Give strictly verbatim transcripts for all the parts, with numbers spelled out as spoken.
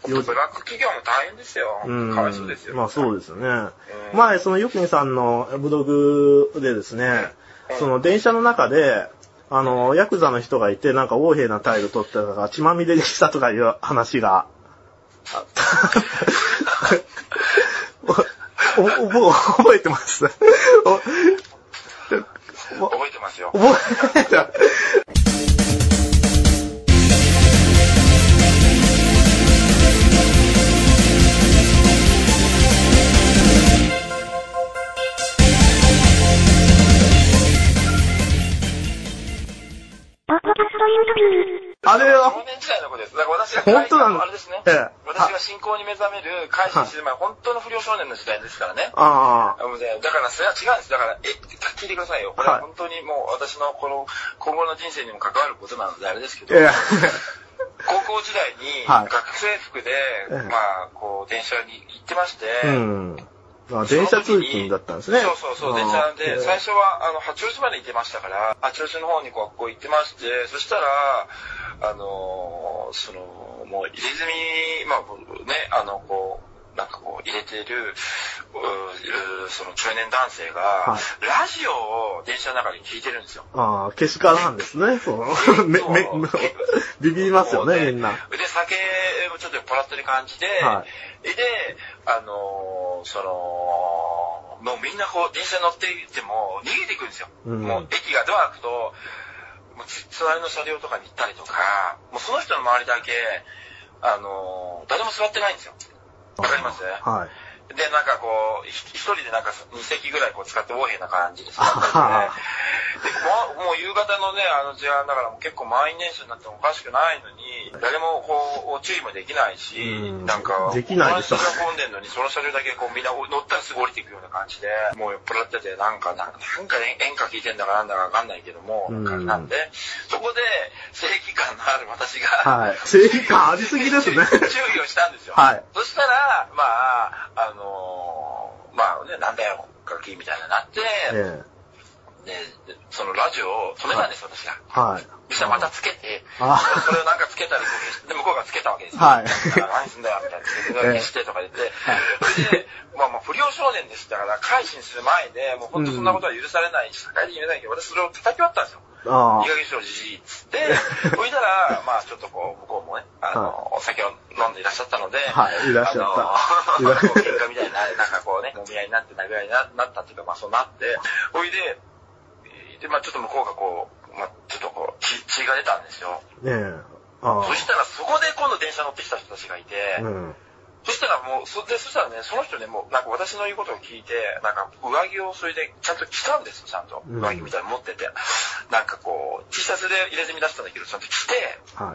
ブラック企業も大変ですよ。かわいそうですよ。 まあそうですよね。うん、前、そのよくにさんのブログでですね、うん、その電車の中で、あの、ヤクザの人がいて、なんか横柄な態度取ってたから血まみれでしたとかいう話があった。おお覚えてます覚えてますよ。 覚えてた。あれは少年時代の子です。だから私が本当なのあれですね。 ええ、 私が信仰に目覚める改心する前、本当の不良少年の時代ですからね。 ああ。 だからそれは違うんです。だからえ聞いてくださいよ。これは本当にもう私のこの今後の人生にも関わることなのであれですけど。ええ、高校時代に学生服で、はい、まあこう電車に行ってまして。 うん。あ、電車通勤だったんですね。 そうそうそう、電車で、最初は、あの、八王子まで行ってましたから、八王子の方にこう、こう行ってまして、そしたら、あの、その、もう入れ墨、まあ、ね、あの、こう、なんかこう、入れてる、その中年男性が、はい、ラジオを電車の中で聞いてるんですよ。 ああ、けしからんですね、そう。め、め、ビビりますよね、みんな。 で、酒をちょっと酔っ払ってる感じで、はい、で、あの、その、もうみんなこう、電車乗っていても逃げていくんですよ。うん、もう駅がドア開くと、もう隣の車両とかに行ったりとか、もうその人の周りだけ、あの、誰も座ってないんですよ。わかります？ はい。 で、なんかこう、一人でなんかに席ぐらいこう使って横柄な感じですね。でもう、もう夕方のね、あの時間だからもう結構満員電車になってもおかしくないのに、誰もこう、注意もできないし、んなんか、 できないでしょ。 車が混んでるのに、その車両だけこうみんな乗ったらすぐ降りていくような感じで、もう酔っ払ってて、なんか、なんか演歌聴いてんだかなんだかわかんないけども、なんで、そこで正義感のある私が、 はい。正義感ありすぎですね。 注意をしたんですよ。 はい。 そしたら、まあ、あの、まあね、なんだよ、ガキみたいになって、ええ、で、そのラジオを止めたんですよ、私が。 はい。 そしたらまたつけて、 あそれをなんかつけたりして、で、向こうがつけたわけですよ。 はい。 何すんだよ、みたいな。消してとか言って、それで、まあまあ、不良少年ですだから、改心する前で、もう本当そんなことは許されないし、社会で許されないけど、私それを叩き割ったんですよ。いい加減にしろ、じじいっつって、そしたら、まあちょっとこう、向こうもね、あの、お酒を飲んでいらっしゃったので、 はい、いらっしゃった。 あの、喧嘩みたいな、なんかこうね、もみ合いになって、殴り合いになったっていうか、まあそうなって、ほいで、で、まあちょっと向こうがこう、まあちょっとこう、血、血が出たんですよ。 ねえ。あそしたらそこで今度電車乗ってきた人たちがいて、うん、そしたらもう、そで、そしたらね、その人ね、もうなんか私の言うことを聞いて、なんか上着をそれでちゃんと着たんですよ、ちゃんと。うん、上着みたいに持ってて。なんかこう、T シャツで入れ墨出したんだけど、ちゃんと着て、はい、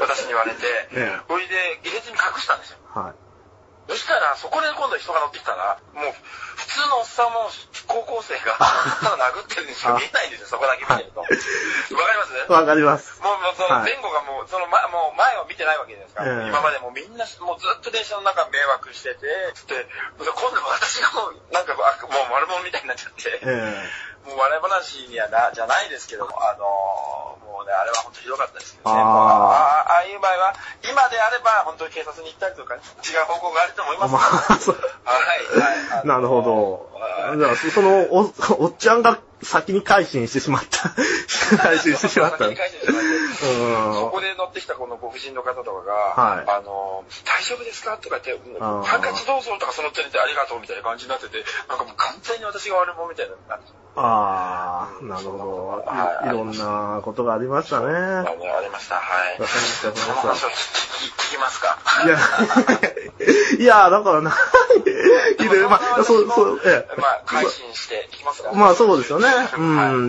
私に言われて、それで入れ墨隠したんですよ。はい、そしたら、そこで今度人が乗ってきたら、もう、普通のおっさんも高校生が、ただ殴ってるんですよ。見えないんですよ、そこだけ見てると。わかりますわかります。 もう、その前後がもう、その前、もう前を見てないわけですから、えー、今までもうみんな、もうずっと電車の中迷惑してて、で、今度私がもう、なんか、もう悪者みたいになっちゃって、えー、もう笑い話にはな、じゃないですけども、あのー、もうね、あれは本当ひどかったですけどね。あああいう場合は、今であれば、本当に警察に行ったりとか、違う方向があると思いますけど、ね。まあ、はい、はい。 なるほど。じゃあ、その、お、おっちゃんが先に改心してしまった。改心してしまった。先に改心してしまって。うん、そこで乗ってきたこのご婦人の方とかが、はい、あの、大丈夫ですかとか言って、ハンカチどうぞとかその手にてありがとうみたいな感じになってて、なんかもう完全に私が悪者みたいになって。 ああ、なるほど。はい、いろんなことがありましたね。 ありました、はい。わかりました、その話を聞きますか。 いや、いや、だからな、まあ、そう、そう、ええ。まあ、改心していきますか。 まあ、そうですよね。うん。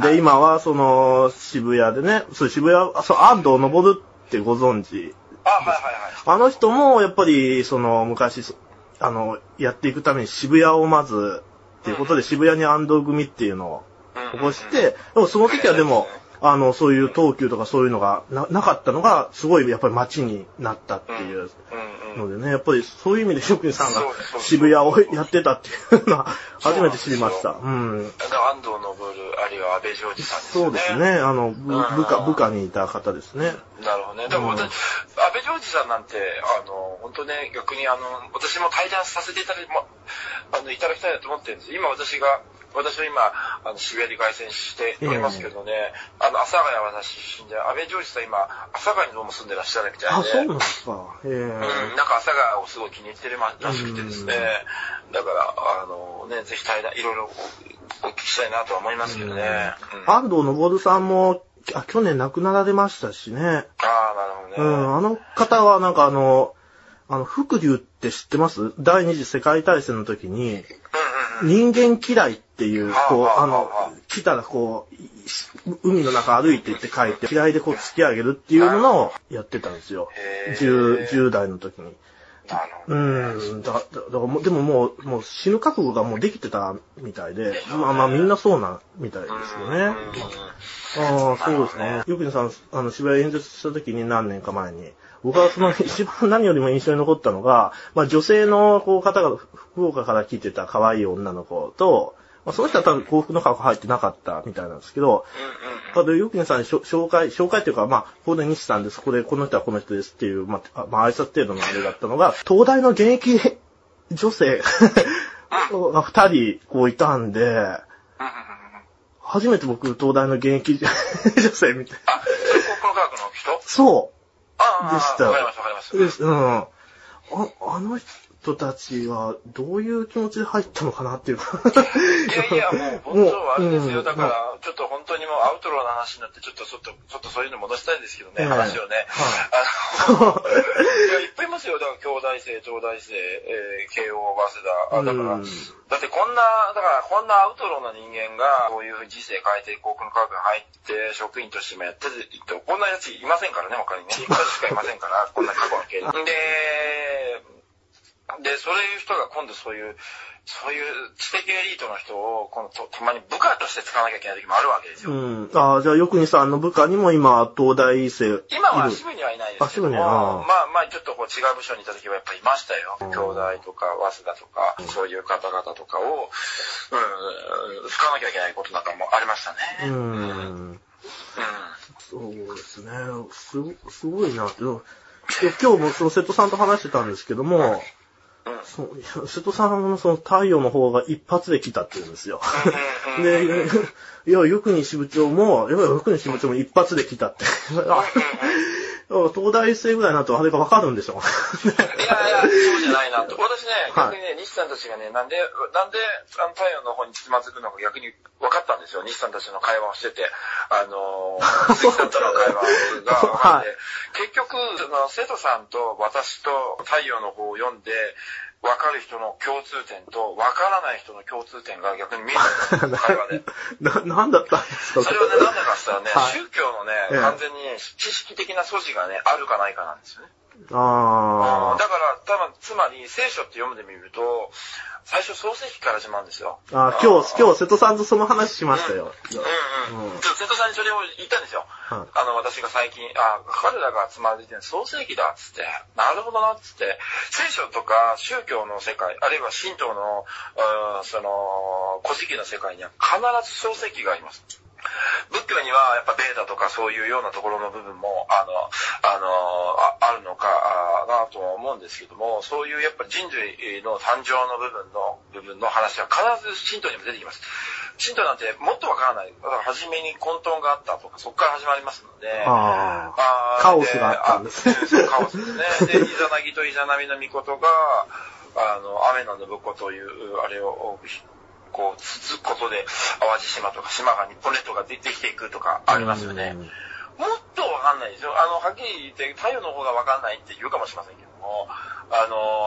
で、今は、その、渋谷でね、そう、渋谷、そう、安藤昇ってご存知。 あ、はいはいはい。 あの人も、やっぱり、その、昔、あの、やっていくために渋谷をまず、っていうことで、渋谷に安藤組っていうのを起こして、でもその時はでも、あの、そういう東急とかそういうのがな、なかったのが、すごいやっぱり街になったっていうのでね、やっぱりそういう意味で職人さんが渋谷をやってたっていうのは初めて知りました。うん。 安藤昇、あるいは安倍譲二さんですね。 そうですね。あの、部下、部下にいた方ですね。 なるほどね。でも私、安倍ジョージさんなんて、あの、本当ね、逆にあの、私も対談させていただき、ま、あの、いただきたいなと思ってるんです。今私が、私は今、あの、渋谷で凱旋しておりますけどね、えー、あの、阿佐ヶ谷は私出身で、安倍ジョージさん今、阿佐ヶ谷にどうも住んでらっしゃるみたいで。 あ、そうなんですか。へえ。うん、 なんか阿佐ヶ谷をすごい気に入ってるらしくてですね、だから、あの、ね、ぜひ対談、いろいろお聞きしたいなとは思いますけどね。 うん、安藤昇さんも、あ、去年亡くなられましたしね。ああ、 なるほどね。 うん、あの方はなんかあの、あの、福竜って知ってます？第二次世界大戦の時に、人間嫌いっていう、こう、あの、来たらこう、海の中歩いてって書いて、嫌いでこう突き上げるっていうのをやってたんですよ。じゅう代の時に。うん、だ、だ、だからでももう、もう死ぬ覚悟がもうできてたみたいで、まあまあみんなそうな、みたいですよね。ああ、そうですね。ゆきねさん、あの、渋谷演説した時に何年か前に、僕はその一番何よりも印象に残ったのが、まあ女性のこう方が福岡から来てた可愛い女の子と、まあ、その人は多分幸福の格好入ってなかったみたいなんですけど、ただ、ゆきねさんに紹介、紹介っていうか、まあ、ここで西さんです、ここでこの人はこの人ですっていう、まあ、まあ、挨拶程度のあれだったのが、東大の現役女性が二人、こういたんで、初めて僕、東大の現役女性みたいな。 あ、幸福の科学の人？ そう。 ああ、 でした。 わかりました、わかりました。 です。うん。あ、あの人たちはどういう気持ちで入ったのかなっていう。いやいや、もう本当はあれですよ。だから、ちょっと本当にもうアウトローな話になって、ちょっとちょっと、ちょっとそういうの戻したいんですけどね、話をね。あの、いや、いっぱいいますよ。だから、京大生、東大生、えー、慶応、早稲田。だから、だってこんな、だからこんなアウトローな人間が、こういう人生変えて、航空の科学に入って、職員としてもやってると、こんなやついませんからね、他にね。一人しかいませんから、こんな過去の経歴。で、で、そういう人が今度そういう、そういう知的エリートの人を、今度 た, たまに部下として使わなきゃいけない時もあるわけですよ。 うん。ああ、じゃあ、よくにさんの部下にも今、東大生。 今は支部にはいないですけども、 あ、支部には。 まあまあ、ちょっとこう違う部署にいた時はやっぱりいましたよ。京大とか、早稲田とか、うん、そういう方々とかを、うん、使わなきゃいけないことなんかもありましたね。 うん。うん。そうですね。すご、すごいなって。今日もその瀬戸さんと話してたんですけども、うん、そう瀬戸さんのその太陽の方が一発で来たって言うんですよ。で、いや、よくに支部長も、いや、よくに支部長も一発で来たって。東大生ぐらいになるとあれがわかるんでしょう。 いやいや、そうじゃないなと。私ね、逆にね、西さんたちがね、なんで、なんで、あの、太陽の方につまずくのか逆に分かったんですよ。西さんたちの会話をしてて、あのー、鈴木さんとの会話が分かって、はい、結局、その、瀬戸さんと私と太陽の方を読んで、分かる人の共通点と、分からない人の共通点が逆に見えたんですよ、会話で。 な、なんだったんですか？ それはね、なんでかって言ったらね、はい、宗教のね、完全にね、知識的な素地がね、あるかないかなんですよね。 ああ。 だから、多分、つまり、聖書って読んでみると、最初創世記から始まるんですよ。 ああ、今日、今日、瀬戸さんとその話しましたよ。 うん、うん、うん。うん、瀬戸さんにそれを言ったんですよ。はい、あの、私が最近、あ、彼らがつまずいてる創世記だ、つって。なるほどな、つって。聖書とか宗教の世界、あるいは神道の、うん、その、古事記の世界には必ず創世記があります。仏教にはやっぱベーダとかそういうようなところの部分もあのあの あ, あるのかなとは思うんですけども、そういうやっぱり人類の誕生の部分の部分の話は必ず神道にも出てきます。神道なんてもっとわからない。だから初めに混沌があったとかそこから始まりますので、 ああカオスがあったんですね。 そうカオスですね。でイザナギとイザナミの御事があの雨の信子というあれをこう、続くことで、淡路島とか島が日本列島ができていくとかありますよね。もっとわかんないですよ。あの、はっきり言って太陽の方がわかんないって言うかもしれませんけども、あ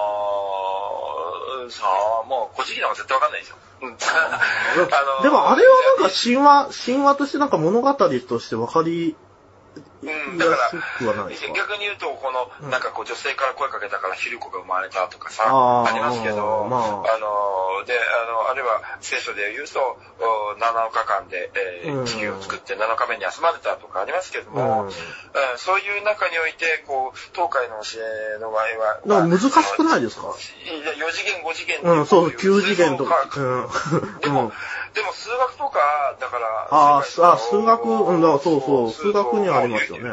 のー、さあ、もう、古事記なんか絶対わかんないですよ。あのー、でもあれはなんか神話、神話としてなんか物語としてわかり、 うん、だから、逆に言うと、この、なんかこう女性から声かけたからヒルコが生まれたとかさ、あ, ありますけど、まあ、あの、で、あの、あるいは聖書で言うと、なのかかんで、えー、地球を作ってなのかめに休まれたとかありますけども、うん、そういう中において、こう、東海の教えの場合は、 まあ、難しくないですか？ よ次元、ご次元うん、そう、きゅう次元とか。うん、 でも、でも数学とか、だから、 ああ、数学、うんだ、そうそう、数学にはありますよね。 う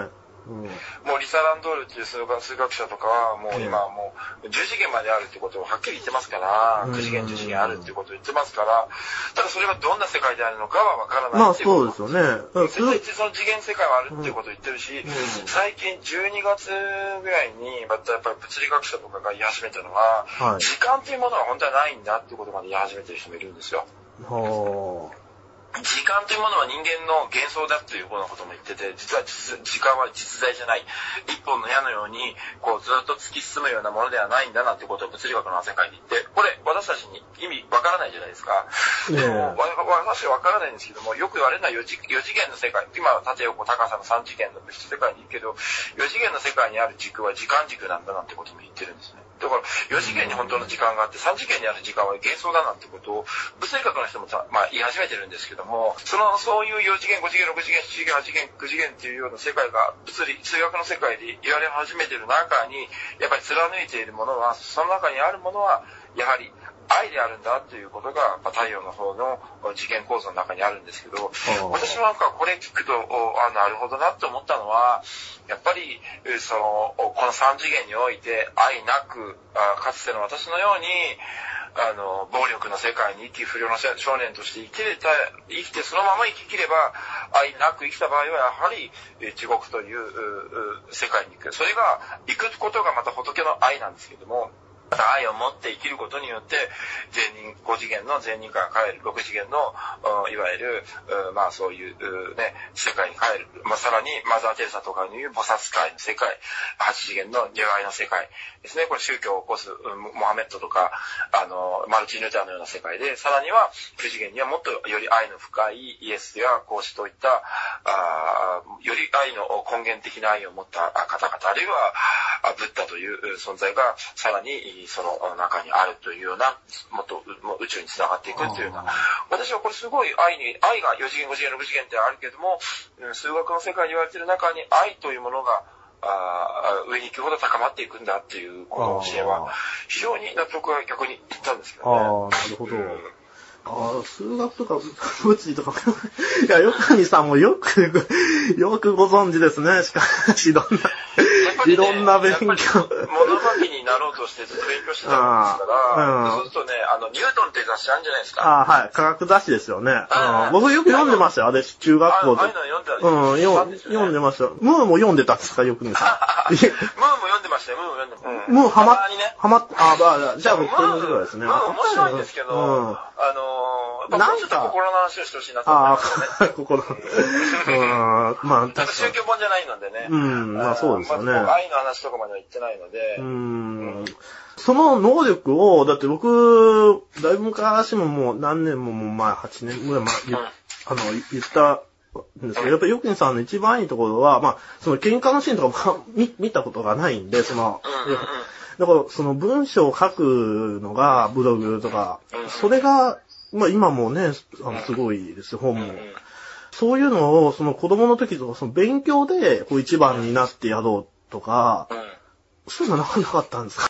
うん、 もうリサ・ランドールっていう数学、数学者とかは、もう今はもうじゅう次元まであるってことをはっきり言ってますから、うん、きゅう次元、じゅう次元あるってことを言ってますから、ただそれがどんな世界であるのかはわからないっていうこと。 まあそうですよね。 絶対その次元世界はあるっていうことを言ってるし、うん、最近じゅうにがつぐらいに、またやっぱり物理学者とかが言い始めたのは、はい、時間というものは本当はないんだっていうことまで言い始めてる人もいるんですよ。 はあ。 時間というものは人間の幻想だというようなことも言ってて、実は時間は実在じゃない。一本の矢のように、こうずっと突き進むようなものではないんだなということを物理学の世界に言って、これ私たちに意味わからないじゃないですか。でも、私はわからないんですけども、よく言われるのはよ次元の世界。今は縦横高さのさん次元の物質世界に行くけど、よ次元の世界にある軸は時間軸なんだなってことも言ってるんですね。だから、よ次元に本当の時間があって、さん次元にある時間は幻想だなんてことを、物理学の人もさ、まあ言い始めてるんですけども、その、そういうよ次元、ご次元、ろく次元、なな次元、はち次元、きゅう次元っていうような世界が、物理、数学の世界で言われ始めてる中に、やっぱり貫いているものは、その中にあるものは、やはり、愛であるんだということが、まあ、太陽の方の次元構造の中にあるんですけど、私はなんかこれ聞くと、あ、なるほどなと思ったのは、やっぱり、その、このさん次元において愛なく、あかつての私のように、あの、暴力の世界に生き不良の少年として生きれた、生きてそのまま生ききれば、愛なく生きた場合はやはり地獄という世界に行く。それが、行くことがまた仏の愛なんですけども、また愛を持って生きることによって、善人、ご次元の善人から帰る、ろく次元の、いわゆる、まあそういうね、世界に帰る。まあさらに、マザー・テレサとかにいう菩薩界の世界、はち次元の如来の世界ですね。これ宗教を起こす、モハメッドとか、あの、マルチン・ルターのような世界で、さらには、きゅう次元にはもっとより愛の深いイエスや孔子といった、あより愛の根源的な愛を持った方々、あるいは、ブッダという存在が、さらに、その中にあるというような、もっと宇宙に繋がっていくというような、私はこれすごい愛に、愛がよ次元、ご次元、ろく次元ってあるけども、数学の世界に言われている中に愛というものが、あ上に行くほど高まっていくんだっていうこの教えは、非常に納得が逆にいったんですけどね。 ああ、なるほど。うんああ、数学とか物理とか、いや、よくみさんもよく、よくご存知ですね。しかし、いろんな、ね、いろんな勉強。物書きになろうとしてずっと勉強してたんですから、うん、そうするとね、あの、ニュートンって雑誌あるんじゃないですか。 ああ、はい。科学雑誌ですよね。うん、僕よく読んでましたよ。あれ、中学校で。 ああいうの読んでた、 うん、読, 読んでました。ムーも読んでたんですか、よくみさん。 ムーも読んでましたよ、ムーも読んでました。 ムーハマっ、 ね、 ハマっ、ああ、じゃあ僕と同じぐらいですね。 ムー面白いんですけど、うん、あのー、なんか、ちょっと心の話をしてほしいなと思いますね。 ああ、心。うん、まあ、 ちょっと宗教本じゃないのでね。 うん、まあそうですよね。 まあ、愛の話とかまでは言ってないので。 うん。その能力を、だって僕、だいぶ昔ももう何年ももう前、はちねんぐらい前、うん、あの、言ったんですけど、やっぱりヨキンさんの一番いいところは、まあ、その喧嘩のシーンとか見見たことがないんで、その、うんうんうん、だからその文章を書くのが、ブログとか、それが、まあ今もね、あのすごいです、本も。そういうのを、その子供の時とか、その勉強で、こう一番になってやろうとか、そういうのなかなかったんですか？